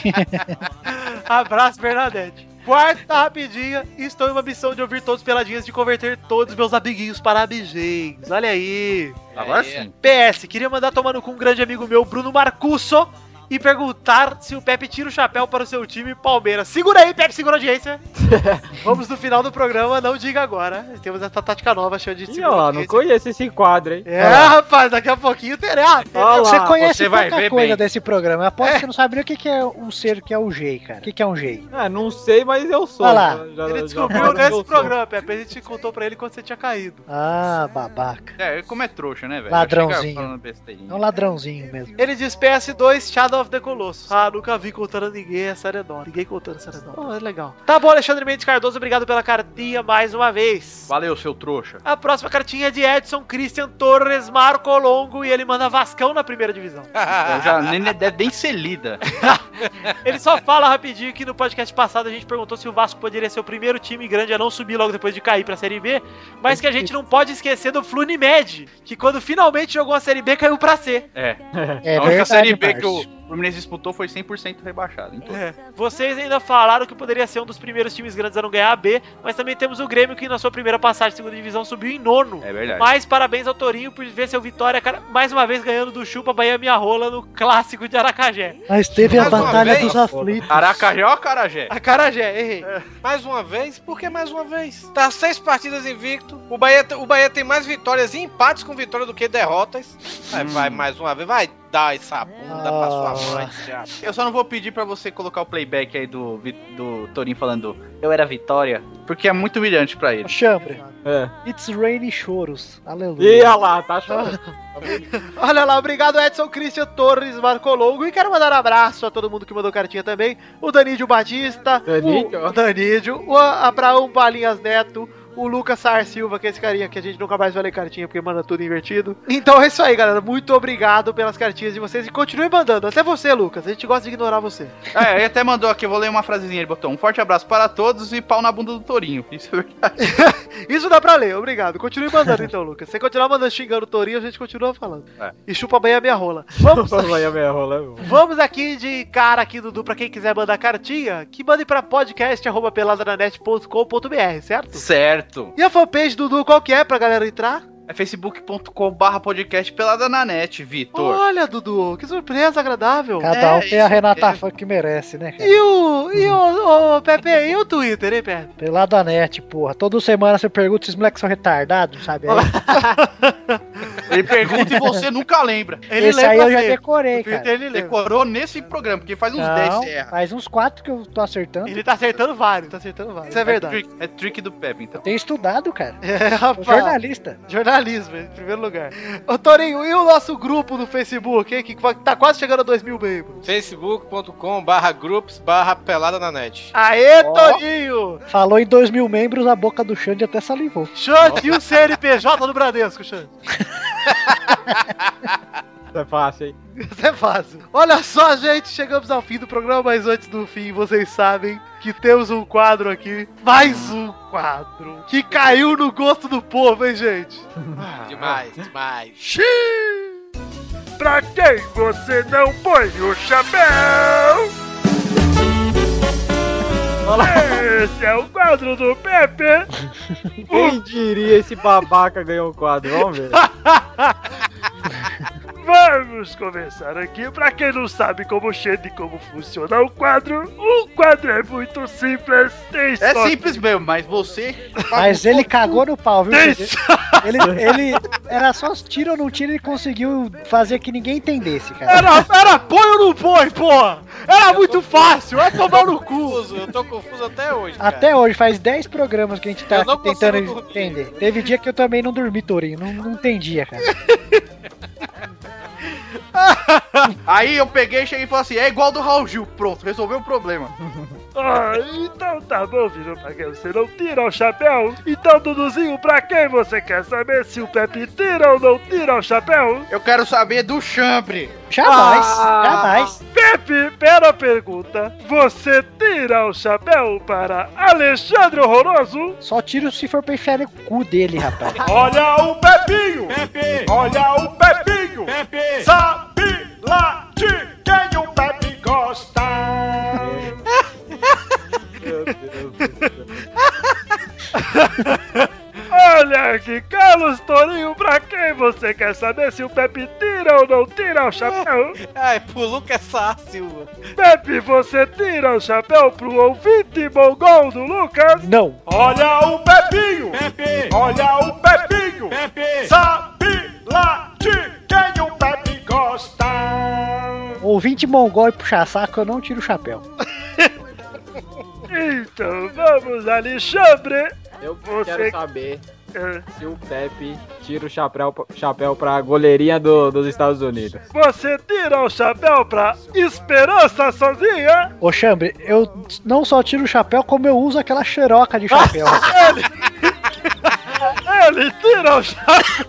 Abraço, Bernadette. Quarta rapidinha, estou em uma missão de ouvir todos peladinhas, de converter todos meus amiguinhos para amiguinhos. Olha aí. Agora sim. PS, queria mandar tomar no cu um grande amigo meu, Bruno Marcusso, e perguntar se o Pepe tira o chapéu para o seu time Palmeiras. Segura aí, Pepe, segura a audiência. Vamos no final do programa, não diga agora. Temos essa tática nova, cheia de... não conheço esse quadro, hein? Rapaz, daqui a pouquinho terá. Você conhece você vai pouca ver coisa bem desse programa. Eu aposto que você não sabe nem o que é um ser que é o G, cara. O que é um G? Não sei, mas eu sou. Olha lá. Ele descobriu nesse programa, Pepe. A gente contou pra ele quando você tinha caído. Ah, babaca. Como é trouxa, né, velho? Ladrãozinho. É um ladrãozinho mesmo. Ele diz PS2, Shadow of the Colossus. Nunca vi contando ninguém essa redonda. Ninguém contando essa redonda. É legal. Tá bom, Alexandre Mendes Cardoso, obrigado pela cartinha mais uma vez. Valeu, seu trouxa. A próxima cartinha é de Edson Christian Torres Marco Longo e ele manda Vascão na primeira divisão. Nem deve nem ser lida. Ele só fala rapidinho que no podcast passado a gente perguntou se o Vasco poderia ser o primeiro time grande a não subir logo depois de cair pra Série B, mas que a gente não pode esquecer do Flunimed, que quando finalmente jogou a Série B caiu pra C. A única Série B que o Fluminense disputou foi 100% rebaixado. Então. Vocês ainda falaram que poderia ser um dos primeiros times grandes a não ganhar a B, mas também temos o Grêmio que na sua primeira passagem de segunda divisão subiu em 9º. É verdade. Mas parabéns ao Torinho por ver seu Vitória mais uma vez ganhando do Chupa Bahia Minha Rola no clássico de Aracajé. Mas teve a Batalha dos Aflitos. Aracajé ou Acarajé? Acarajé, errei. Mais uma vez? Por que mais uma vez? Tá 6 partidas invicto. O Bahia tem mais vitórias e empates com vitória do que derrotas. Vai mais uma vez. Vai dar essa bunda pra sua mãe, Thiago. Eu só não vou pedir pra você colocar o playback aí do Torinho falando eu era Vitória, porque é muito humilhante pra ele. Chambre. É. It's raining choros. Aleluia. Ih, olha lá, tá chorando. Olha lá, obrigado Edson Christian Torres Marcolongo. E quero mandar um abraço a todo mundo que mandou cartinha também. O Danídio Batista, o Danídio, o Abraão Balinhas Neto, o Lucas Sar Silva, que é esse carinha que a gente nunca mais vai ler cartinha porque manda tudo invertido. Então é isso aí, galera. Muito obrigado pelas cartinhas de vocês e continue mandando. Até você, Lucas. A gente gosta de ignorar você. Ele até mandou aqui, eu vou ler uma frasezinha. Ele botou um forte abraço para todos e pau na bunda do Torinho. Isso é verdade. Isso dá pra ler, obrigado. Continue mandando então, Lucas. Se você continuar mandando xingando o Torinho, a gente continua falando. E chupa bem a minha rola. Vamos aqui de cara aqui, Dudu, pra quem quiser mandar cartinha, que mande pra podcast@peladananet.com.br, certo? Certo. E a fanpage, Dudu, qual que é pra galera entrar? É facebook.com/podcast Pelada na Net, Vitor. Olha, Dudu, que surpresa agradável. Cada um tem a Renata Fã que merece, né, cara? E o Pepe, e o Twitter, hein, Pepe? Pelada net, porra. Toda semana você pergunta se os moleques são retardados, sabe? Ele pergunta e você nunca lembra. Ele Esse aí eu já decorei, cara. Ele decorou nesse programa, porque faz uns 10 você erra. Faz uns 4 que eu tô acertando. Ele tá acertando vários, Isso é verdade. É trick do Pepe, então. Tenho estudado, cara. Rapaz. Jornalista. Jornalismo, em primeiro lugar. Ô, Torinho, e o nosso grupo no Facebook, hein, que tá quase chegando a 2.000 membros? facebook.com/groups/pelada na net. Aê, Torinho! Falou em 2.000 membros, a boca do Xande até salivou. Xande, e o CNPJ do Bradesco, Xande? Isso é fácil, hein? Isso é fácil. Olha só, gente, chegamos ao fim do programa, mas antes do fim, vocês sabem que temos um quadro aqui. Mais um quadro que caiu no gosto do povo, hein, gente? Demais. Pra quem você não põe o chapéu? Esse é o quadro do Pepe. Quem diria esse babaca ganhou um quadro? Vamos ver. Vamos começar aqui. Pra quem não sabe como chega e como funciona o quadro é muito simples. É simples mesmo, mas você... Mas ele cagou no pau, viu? Ele era só tira ou não tira, ele conseguiu fazer que ninguém entendesse, cara. Era põe ou não põe, porra? Era muito fácil, vai tomar no cu. Eu tô confuso até hoje, cara. Até hoje, faz 10 programas que a gente tá aqui tentando entender. Teve dia que eu também não dormi, Torinho, não entendia, cara. Aí eu peguei, cheguei e falei assim, é igual do Raul Gil, pronto, resolveu o problema. Então tá bom, filho, pra quem você não tira o chapéu? Então, Duduzinho, pra quem você quer saber se o Pepe tira ou não tira o chapéu? Eu quero saber do Chambre. Jamais. Pepe, pera a pergunta. Você tira o chapéu para Alexandre Horroroso? Só tiro se for pra enfiar no cu dele, rapaz. Olha o Pepinho! Pepe! Olha o Pepinho! Pepe! Sabe lá de quem o Pepe gosta? Meu Deus do céu. Olha aqui, Carlos Torinho, pra quem você quer saber se o Pepe tira ou não tira o chapéu? Ai, pro Lucas Sá Silva. Pepe, você tira o chapéu pro ouvinte mongol do Lucas? Não. Olha o Pepinho! Pepe! Olha o Pepinho! Pepe! Sabe lá de quem o Pepe gosta? Ouvinte mongol e puxar saco, eu não tiro o chapéu. Então vamos, Alexandre. Eu quero saber se o Pepe tira o chapéu pra goleirinha dos Estados Unidos. Você tira o chapéu pra Esperança sozinha? Ô, Chambre, eu não só tiro o chapéu, como eu uso aquela xeroca de chapéu. Ele tira o chapéu.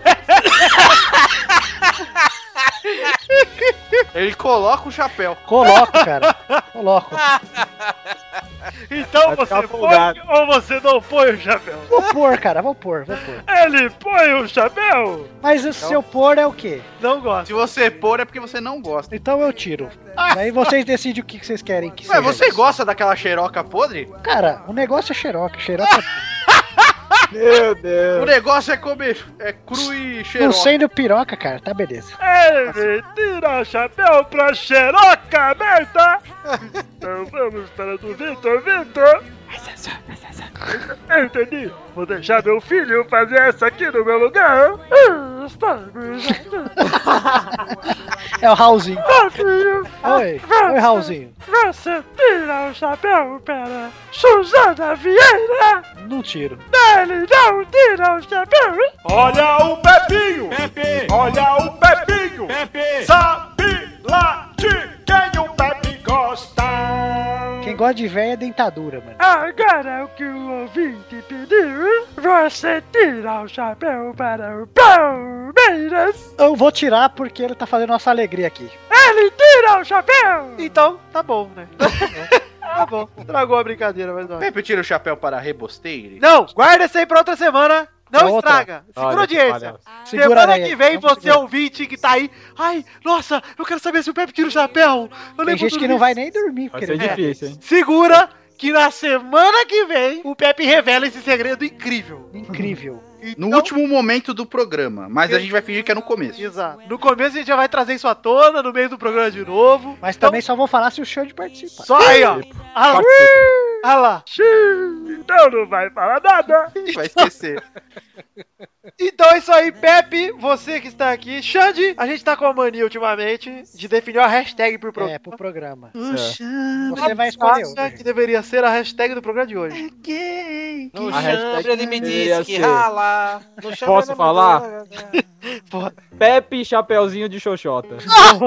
Ele coloca o chapéu. Coloco, cara. Coloco. Então você põe ou você não põe o chapéu? Vou pôr, cara, vou pôr. Ele põe o chapéu? Mas se eu pôr é o quê? Não gosto. Se você pôr é porque você não gosta. Então eu tiro. Aí vocês decidem o que vocês querem que seja. Mas você gosta daquela xeroca podre? Cara, o negócio é xeroca. Xeroca Meu Deus. O negócio é comer cru e xeroca. não sendo piroca, cara, tá beleza. Ele tira o chapéu pra xeroca aberta. Então vamos para o do Vitor. Eu entendi. Vou deixar meu filho fazer essa aqui no meu lugar. É o Raulzinho. Pepinho, Oi, Raulzinho. você tira o chapéu para Suzana Vieira. Não tiro. Ele não tira o chapéu. Olha o Pepinho, Pepe. Olha o Pepinho, Pepe. Sabe lá de quem o Pepe gosta. Quem gosta de véia é dentadura, mano. Agora o que o ouvinte pediu, você tira o chapéu para o Palmeiras. Eu vou tirar porque ele tá fazendo nossa alegria aqui. Ele tira o chapéu. Então, tá bom, né? Tá bom, estragou a brincadeira, mas não. Pepe tira o chapéu para Rebosteire. Não, guarda essa aí pra outra semana. Não Outra. estraga. Segura a audiência. Segura Semana aí, que vem, vamos você segurar. ouvinte que tá aí. Ai, nossa, eu quero saber se o Pepe tira o chapéu. Eu Tem gente que não vai nem dormir. Vai porque ser ele- difícil, hein? Segura que na semana que vem o Pepe revela esse segredo incrível. Incrível. No último momento do programa, mas a gente vai fingir que é no começo. Exato. No começo a gente já vai trazer isso à tona, no meio do programa de novo. Mas também só vou falar se o Xande participar. Só aí, ó. Ah lá. Ah lá. Então não vai falar nada. Vai esquecer. Então é isso aí, Pepe, você que está aqui. Xande, a gente tá com a mania ultimamente de definir uma hashtag pro programa. É, pro programa. É. Você vai escolher. Acha que deveria ser a hashtag do programa de hoje. No A hashtag chambre ele me deveria disse que ser. rala. No chambre Posso ele me falar? Porra. Pepe Chapeuzinho de Xoxota.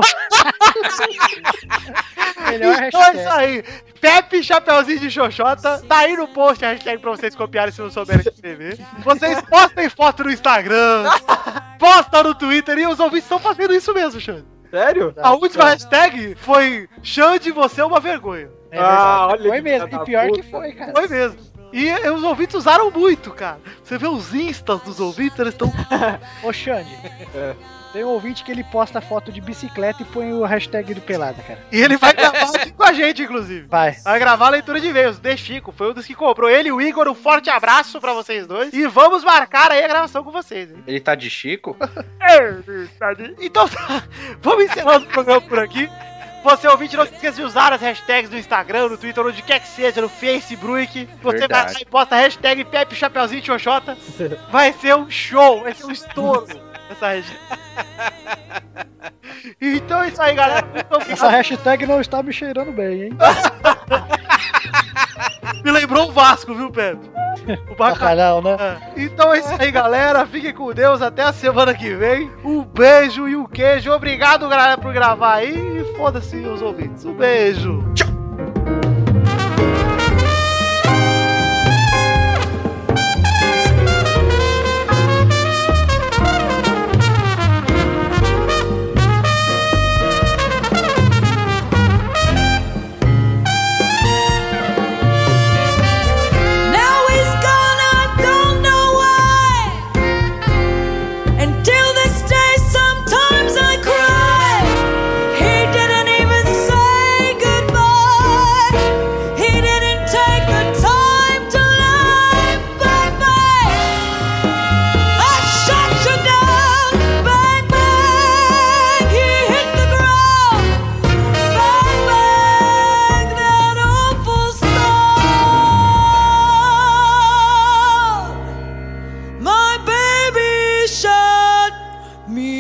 Melhor Então é isso hashtag. aí. Pepe Chapeuzinho de Xoxota. Tá aí no post a hashtag pra vocês copiarem se não souberem escrever. Vocês postem foto no Instagram, postam no Twitter e os ouvintes estão fazendo isso mesmo, Xande. Sério? A última hashtag foi Xande, você é uma vergonha. É verdade. olha Foi que mesmo. filha E da pior que puta. foi, cara. Foi mesmo. E os ouvintes usaram muito, cara. Você vê os instas dos ouvintes, eles estão... Ô, Xande. Tem um ouvinte que ele posta foto de bicicleta e põe o hashtag do Pelada, cara. E ele vai gravar aqui com a gente, inclusive. Vai. Vai gravar a leitura de e-mails. De Chico, foi um dos que comprou. Ele e o Igor, um forte abraço pra vocês dois. E vamos marcar aí a gravação com vocês, hein? Ele tá de Chico? Então tá, vamos encerrando o programa por aqui. Você ouvinte, não se esqueça de usar as hashtags no Instagram, no Twitter, onde quer que seja, no Facebook. Você vai Verdade. lá e posta a hashtag Pepe Chapeuzinho de Xoxota. Vai ser um show, vai ser um estouro essa hashtag. Então é isso aí, galera. Muito obrigado. Essa hashtag não está me cheirando bem, hein? Me lembrou o Vasco, viu, Pepe? O Bacalhau, né? Então é isso aí, galera. Fiquem com Deus. Até a semana que vem. Um beijo e um queijo. Obrigado, galera, por gravar aí. E foda-se os ouvintes. Um beijo. Tchau. Now he's gone, I don't know why. Until this day, sometimes I cry. He didn't even say goodbye. He didn't take the time to lie. Bang, bang. I shot you down. Bang, bang. He hit the ground. Bang, bang. That awful sound. My baby shut me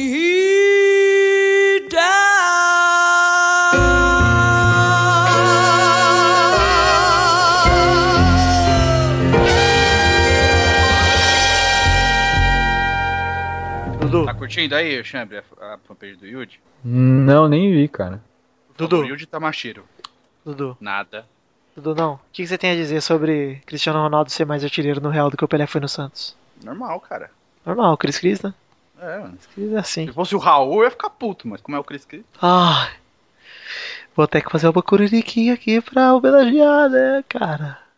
down. Dudu, Tá curtindo aí, Chambre, a fanpage do Yuji? Não, nem vi, cara. Dudu. O Yuji Tamashiro. Dudu, Nada. Dudu, não. O que você tem a dizer sobre Cristiano Ronaldo ser mais artilheiro no Real do que o Pelé foi no Santos? Normal, cara. Normal, Cris, né? É, mano. Cris é assim. Se fosse o Raul, eu ia ficar puto, mas como é o Cris? Ai, vou ter que fazer uma cuririquinha aqui pra homenagear, né, cara?